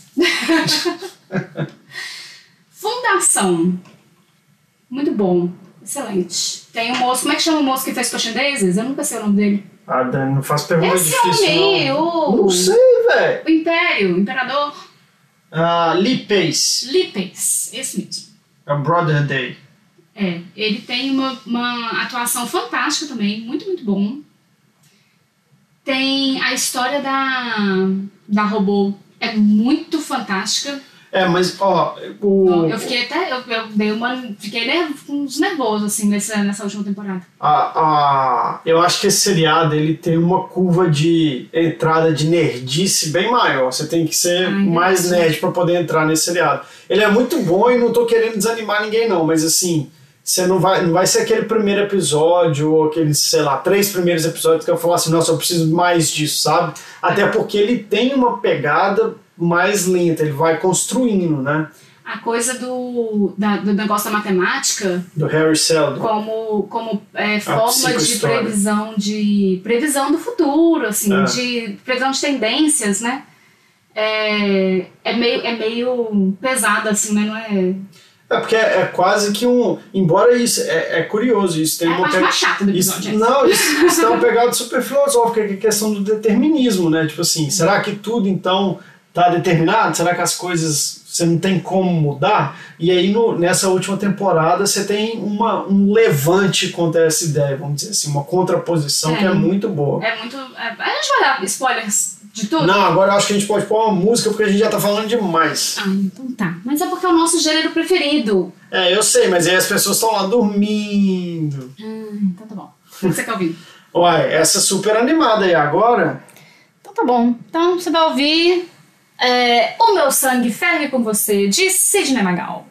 Fundação. Muito bom. Excelente. Tem um moço... Como é que chama o moço que fez Passion Daisies? Eu nunca sei o nome dele. Ah, Dani, não faço pergunta difícil, não sei, velho. O Império, o Imperador. Lee Pace. Esse mesmo. É o Brother Day. Ele tem uma atuação fantástica também, muito, muito bom. Tem a história da robô, é muito fantástica. Mas, eu fiquei fiquei uns nervosos, assim, nessa última temporada. Eu acho que esse seriado, ele tem uma curva de entrada de nerdice bem maior. Você tem que ser mais nerd pra poder entrar nesse seriado. Ele é muito bom e não tô querendo desanimar ninguém, não, mas assim... Você não vai ser aquele primeiro episódio ou aqueles, sei lá, 3 primeiros episódios que eu falo assim, nossa, eu preciso mais disso, sabe? Até porque ele tem uma pegada mais lenta, ele vai construindo, né? A coisa do negócio da matemática... Do Harry Seldon. Como forma de previsão do futuro, assim, de previsão de tendências, né? É meio pesada, assim, mas não é... Porque é quase que embora isso... É curioso isso. Tem a parte mais chata do episódio. Isso tem uma pegada super filosófica, que é a questão do determinismo, né? Tipo assim, será que tudo, então, tá determinado? Será que as coisas... Você não tem como mudar? E aí, nessa última temporada, você tem um levante contra essa ideia, vamos dizer assim, uma contraposição que é muito boa. A gente vai dar spoilers de tudo? Não, agora eu acho que a gente pode pôr uma música, porque a gente já tá falando demais. Então tá. Mas é porque é o nosso gênero preferido. Eu sei, mas aí as pessoas estão lá dormindo. Então tá bom. O que você quer ouvir? Uai, essa super animada aí agora... Então tá bom. Então você vai ouvir... O Meu Sangue Ferve com Você, de Sidney Magal.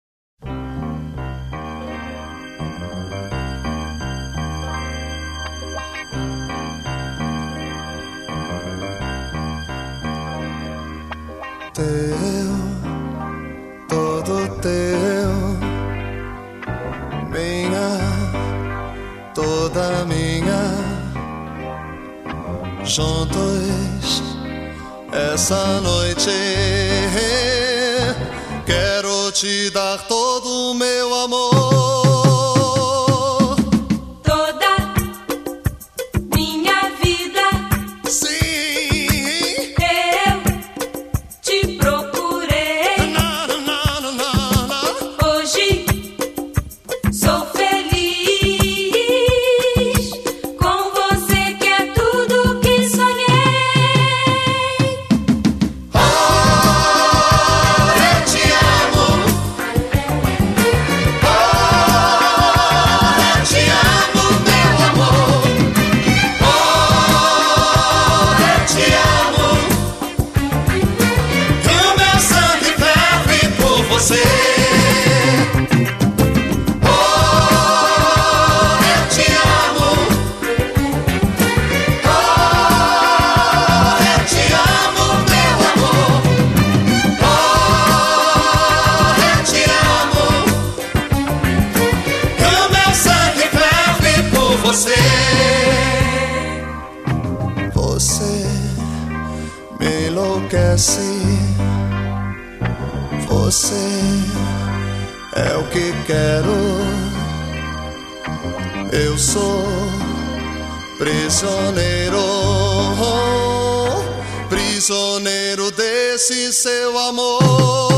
Teu, todo teu, minha, toda minha, juntos essa noite. Quero te dar todo o meu amor. Oh Você me enlouquece. Você é o que quero. Eu sou prisioneiro, prisioneiro desse seu amor.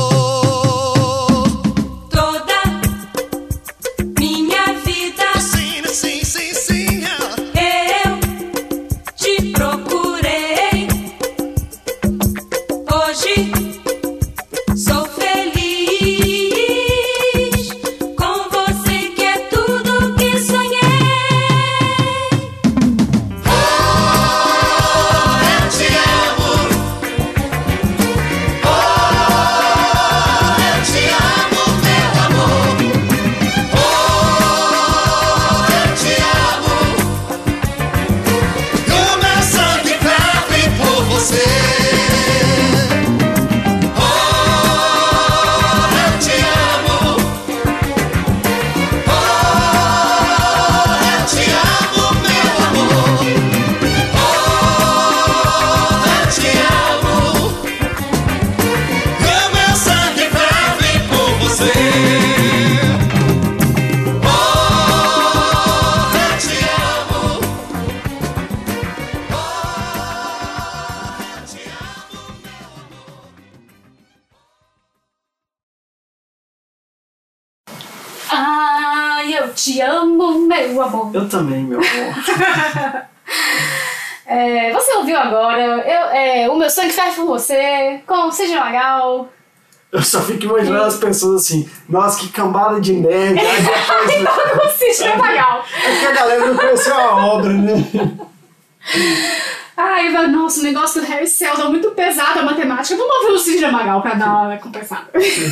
Eu te amo, meu amor. Eu também, meu amor. Você ouviu agora O Meu Sangue Ferve por Você, com Sidney Magal. Eu só fico imaginando as pessoas assim, nossa, que cambada de nerd. Com Sidney Magal. É que a galera não conheceu a obra, né? Ai, nossa, o negócio do Harry Seldon é muito pesado, a matemática. Vamos ouvir o Sidney Magal pra dar uma compensada.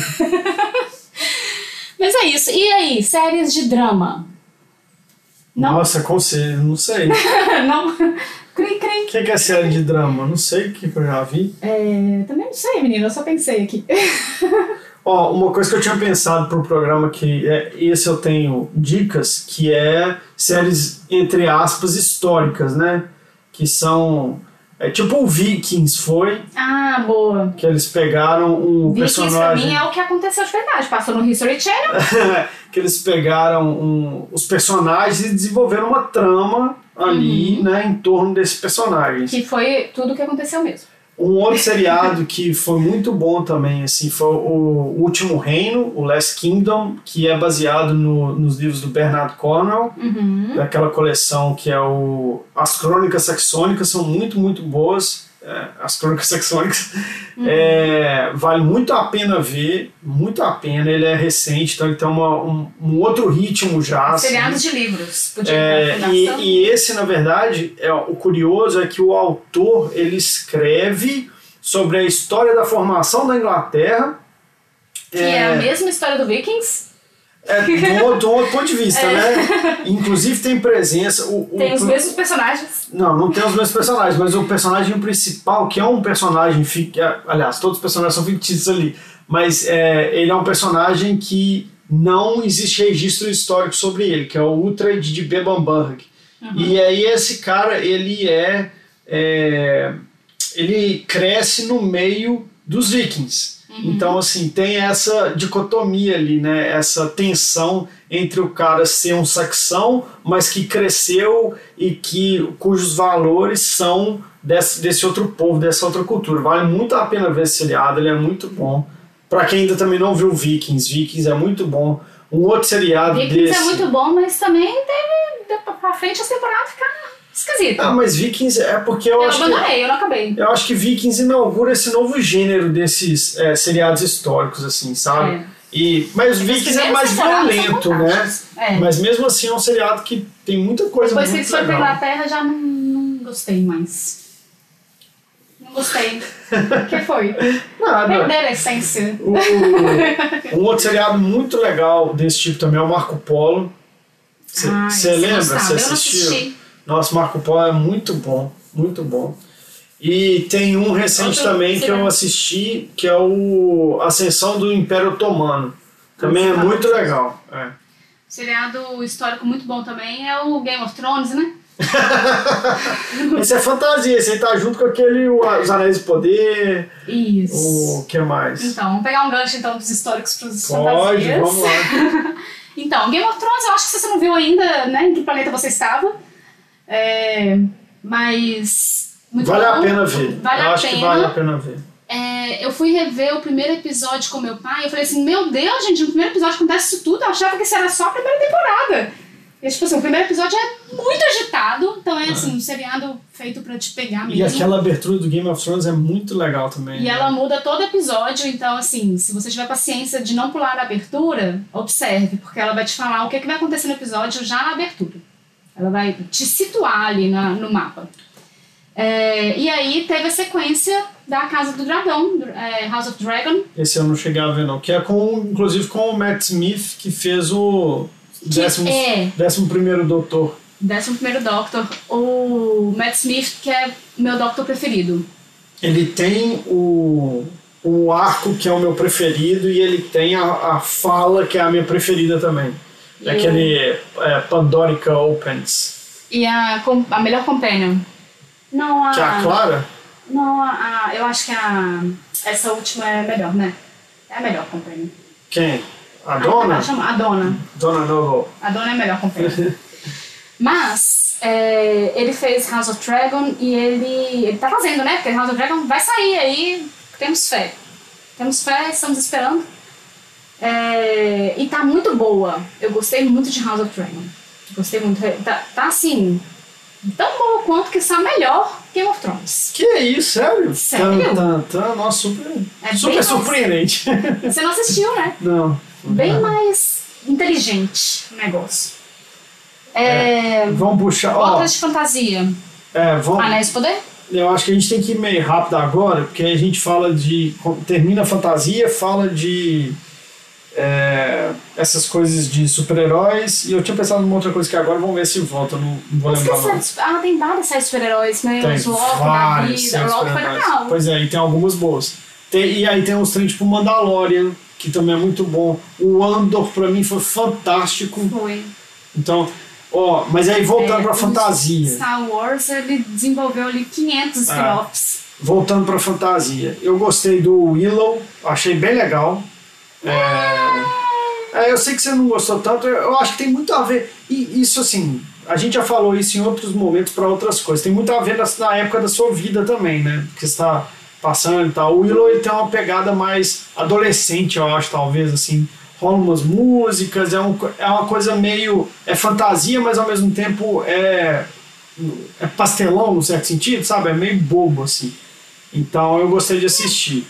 Mas é isso. E aí, séries de drama? Não? Nossa, conselho, não sei. Não? Cri. O que é série de drama? Não sei o que eu já vi. Também não sei, menina, eu só pensei aqui. Ó, uma coisa que eu tinha pensado pro programa, que esse eu tenho dicas, que é séries, entre aspas, históricas, né? Que são... tipo o Vikings, foi? Ah, boa. Que eles pegaram um Vikings, personagem... pra mim, é o que aconteceu de verdade. Passou no History Channel. Que eles pegaram os personagens e desenvolveram uma trama ali, né, em torno desses personagens. Que foi tudo o que aconteceu mesmo. Um outro seriado que foi muito bom também, assim, foi o Último Reino, o Last Kingdom, que é baseado nos livros do Bernard Cornwell, daquela coleção que é As Crônicas Saxônicas, são muito, muito boas. As Crônicas Saxônicas vale muito a pena ver, muito a pena. Ele é recente, então ele tem um outro ritmo já. Seriados assim. de livros. E esse, na verdade, o curioso é que o autor ele escreve sobre a história da formação da Inglaterra. Que é a mesma história do Vikings. De um outro ponto de vista, né? Inclusive tem presença... Tem os mesmos personagens. Não tem os mesmos personagens, mas o personagem principal, que é um personagem... aliás, todos os personagens são fictícios ali, mas ele é um personagem que não existe registro histórico sobre ele, que é o Uhtred de Bebbanburg. E aí esse cara, ele cresce no meio dos vikings. Então, assim, tem essa dicotomia ali, né? Essa tensão entre o cara ser um saxão, mas que cresceu e cujos valores são desse outro povo, dessa outra cultura. Vale muito a pena ver esse seriado, ele é muito bom. Pra quem ainda também não viu Vikings é muito bom. Um outro seriado Vikings é muito bom, mas também teve pra frente as temporadas ficaram esquisito. Mas Vikings é porque eu não acabei. Eu acho que Vikings inaugura esse novo gênero desses seriados históricos, assim, sabe? Mas Vikings é mais violento, né? Mas mesmo assim é um seriado que tem muita coisa muito legal. Depois que eles foram pra Inglaterra já não gostei mais. Não gostei. O que foi? Nada. Perderam a essência. Um outro seriado muito legal desse tipo também é o Marco Polo. Você lembra? Você assistiu? Nossa, Marco Polo é muito bom, muito bom. E tem um recente também que eu assisti, que é o Ascensão do Império Otomano. Também é muito legal. Seriado histórico muito bom também é o Game of Thrones, né? Esse é fantasia, esse aí tá junto com aquele Os Anéis de Poder. Isso. O que mais? Então, vamos pegar um gancho então dos históricos pros Pode, fantasias. vamos lá. Então, Game of Thrones, eu acho que você não viu ainda, né, em que planeta você estava. Mas... muito Vale bom. a pena ver. Vale eu a acho pena. que vale a pena ver. Eu fui rever o primeiro episódio com meu pai. Eu falei assim, meu Deus, gente, no primeiro episódio acontece isso tudo. Eu achava que isso era só a primeira temporada. E, tipo assim, o primeiro episódio é muito agitado. Então é assim, um seriado feito pra te pegar mesmo. E aquela abertura do Game of Thrones é muito legal também. E ela muda todo episódio. Então, assim, se você tiver paciência de não pular a abertura, observe. Porque ela vai te falar o que vai acontecer no episódio já na abertura. Ela vai te situar ali no mapa. E aí teve a sequência da Casa do Dragão, House of Dragon. Esse eu não cheguei a ver não, que é inclusive com o Matt Smith, que fez o 11º Doutor. 11º Doctor, o Matt Smith, que é meu Doctor preferido. Ele tem o arco, que é o meu preferido, e ele tem a fala, que é a minha preferida também. Aquele Pandorica Opens. E a melhor companion. Não, que é a Clara? Não, eu acho que essa última é melhor, né? É a melhor companion. Quem? A Dona? A Dona. Dona Novo. A Dona é a melhor companion. Mas, ele fez House of Dragon e ele tá fazendo, né? Porque House of Dragon vai sair aí, temos fé. Temos fé, estamos esperando. E tá muito boa. Eu gostei muito de House of Dragon. Gostei muito. Tá assim, tão boa quanto que está melhor que Game of Thrones. Que isso, sério? Sério? Nossa, super super surpreendente. Você não assistiu, né? Não. Bem mais inteligente o negócio. Vamos puxar. Outras de fantasia. Anéis do Poder? Eu acho que a gente tem que ir meio rápido agora, porque a gente fala de... Termina a fantasia, fala de... essas coisas de super-heróis, e eu tinha pensado numa outra coisa que agora vamos ver se volta, não vou lembrar não. Tem várias séries de super-heróis, né? Tem Os Loki da vida, Loki foi legal. Pois é, e tem algumas boas. E aí tem uns trem tipo Mandalorian, que também é muito bom. O Andor pra mim foi fantástico. Foi. Então, mas aí voltando pra fantasia. Star Wars, ele desenvolveu ali 500 spin-offs. Voltando pra fantasia. Eu gostei do Willow, achei bem legal. Eu sei que você não gostou tanto, eu acho que tem muito a ver. E isso assim, a gente já falou isso em outros momentos para outras coisas. Tem muito a ver na época da sua vida também, né? Que você está passando e tal. O Willow ele tem uma pegada mais adolescente, eu acho, talvez, assim. Rola umas músicas, é uma coisa meio... É fantasia, mas ao mesmo tempo é pastelão, no certo sentido, sabe? É meio bobo, assim. Então eu gostei de assistir.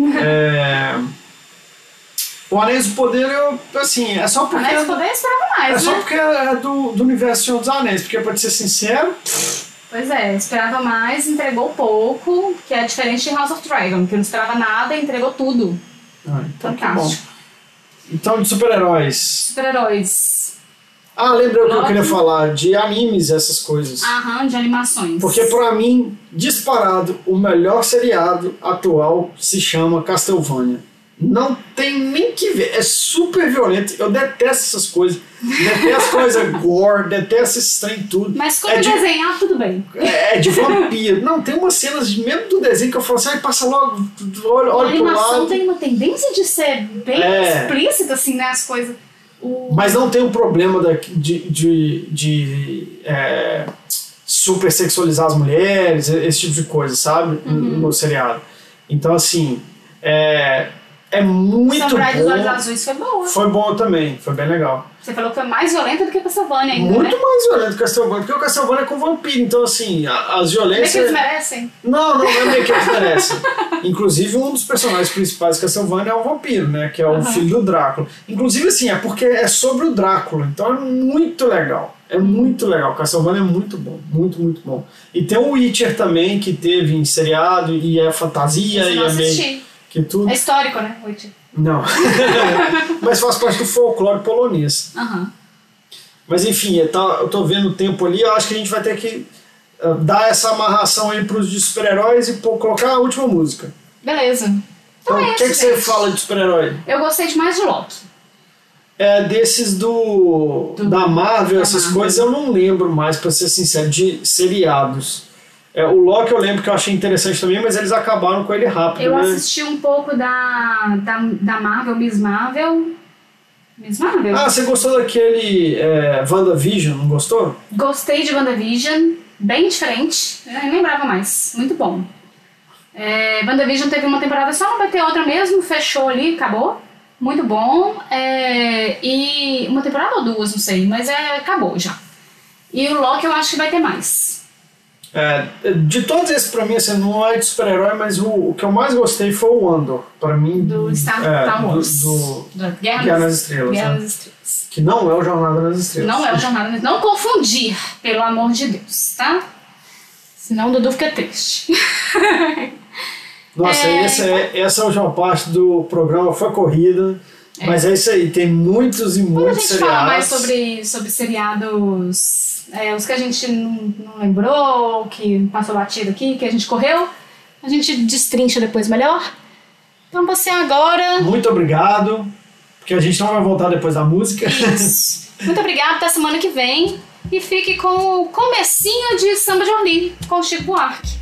O Anéis do Poder, é só porque... Anéis do Poder eu esperava mais, né? Só porque é do universo Senhor dos Anéis, porque pra te ser sincero... Pois esperava mais, entregou pouco, que é diferente de House of Dragon, que não esperava nada e entregou tudo. Então fantástico. Então, de super-heróis. Super-heróis. Lembrei o que eu queria falar, de animes, essas coisas. De animações. Porque pra mim, disparado, o melhor seriado atual se chama Castlevania. Não tem nem que ver, é super violento, eu detesto essas coisas, detesto coisa gore, detesto esse trem tudo. Mas como desenhar, tudo bem. É de vampiro. Não, tem umas cenas mesmo do desenho que eu falo assim, passa logo, olha pro lado. A animação tem uma tendência de ser bem explícita, assim, né, as coisas. Mas não tem o problema de super sexualizar as mulheres, esse tipo de coisa, sabe? No seriado. Então, assim, é muito bom. Samurai dos Olhos Azuis foi boa. Foi bom também, foi bem legal. Você falou que foi mais violenta do que Castlevania ainda, muito, né? Mais violento que o Castlevania, porque o Castlevania é com vampiro, então assim, as violências... Meio que eles merecem? Não é meio que eles merecem. Inclusive, um dos personagens principais de Castlevania é o vampiro, né? Que é o filho do Drácula. Inclusive, assim, é porque é sobre o Drácula, então é muito legal. É muito legal, Castlevania é muito bom, muito, muito bom. E tem o Witcher também, que teve em seriado, e é fantasia, e é meio... Que tudo. É histórico, né, Witcher? Não. Mas faz parte do folclore polonês. Mas enfim, eu tô vendo o tempo ali, eu acho que a gente vai ter que dar essa amarração aí pros de super-heróis e colocar a última música. Beleza. Então o que você fala de super-herói? Eu gostei demais de Loki. Desses da Marvel, essas coisas, eu não lembro mais, pra ser sincero, de seriados. O Loki eu lembro que eu achei interessante também, mas eles acabaram com ele rápido, Eu né? assisti um pouco da Marvel, Miss Marvel. Miss Marvel? Ah, você gostou daquele WandaVision, não gostou? Gostei de WandaVision, bem diferente, eu nem lembrava mais, muito bom. WandaVision teve uma temporada só, não vai ter outra mesmo, fechou ali, acabou. Muito bom. E uma temporada ou duas, não sei, mas acabou já. E o Loki eu acho que vai ter mais. De todos esses, pra mim, assim, não é de super-herói, mas o que eu mais gostei foi o Andor. Pra mim, Do Star Wars. Do Guerra nas Estrelas. Guerra nas Estrelas. Que não é o Jornada nas Estrelas. Não é o Jornada nas Estrelas. Não confundir, pelo amor de Deus, tá? Senão o Dudu fica triste. Nossa, essa última parte do programa foi corrida, mas é isso aí, tem muitos e muitos seriados. Quando a gente fala mais sobre seriados, os que a gente não lembrou, que passou batido aqui, que a gente correu, a gente destrincha depois melhor. Então você agora... Muito obrigado, porque a gente não vai voltar depois da música. Isso. Muito obrigado, até semana que vem. E fique com o comecinho de Samba de Orly, com Chico Buarque.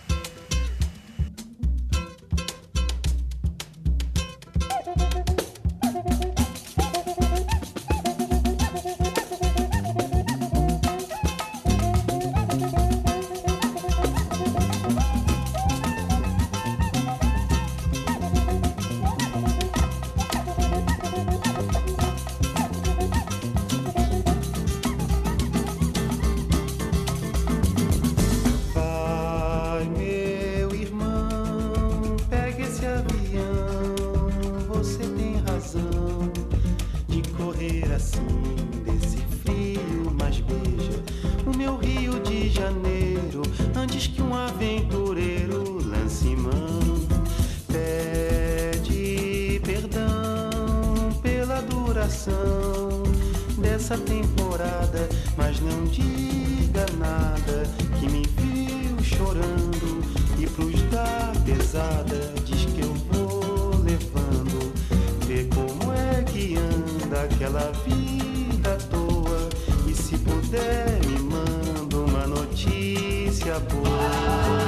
Dessa temporada, mas não diga nada, que me viu chorando e pros dar pesada, diz que eu vou levando, vê como é que anda aquela vida à toa, e se puder me manda uma notícia boa.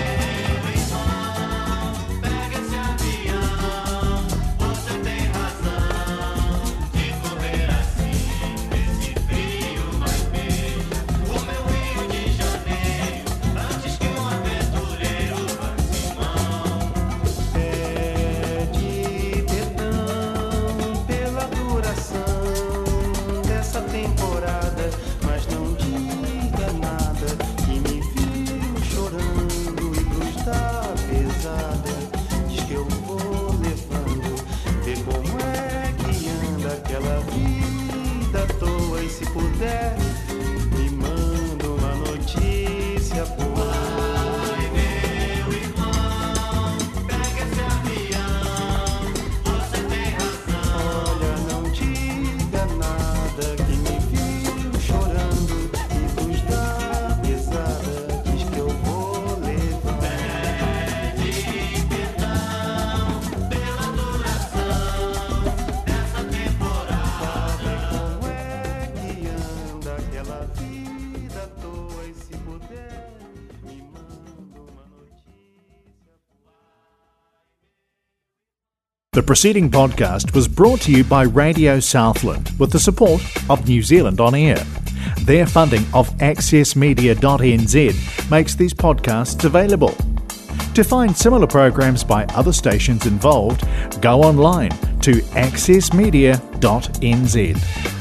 The preceding podcast was brought to you by Radio Southland with the support of New Zealand On Air. Their funding of accessmedia.nz makes these podcasts available. To find similar programs by other stations involved, go online to accessmedia.nz.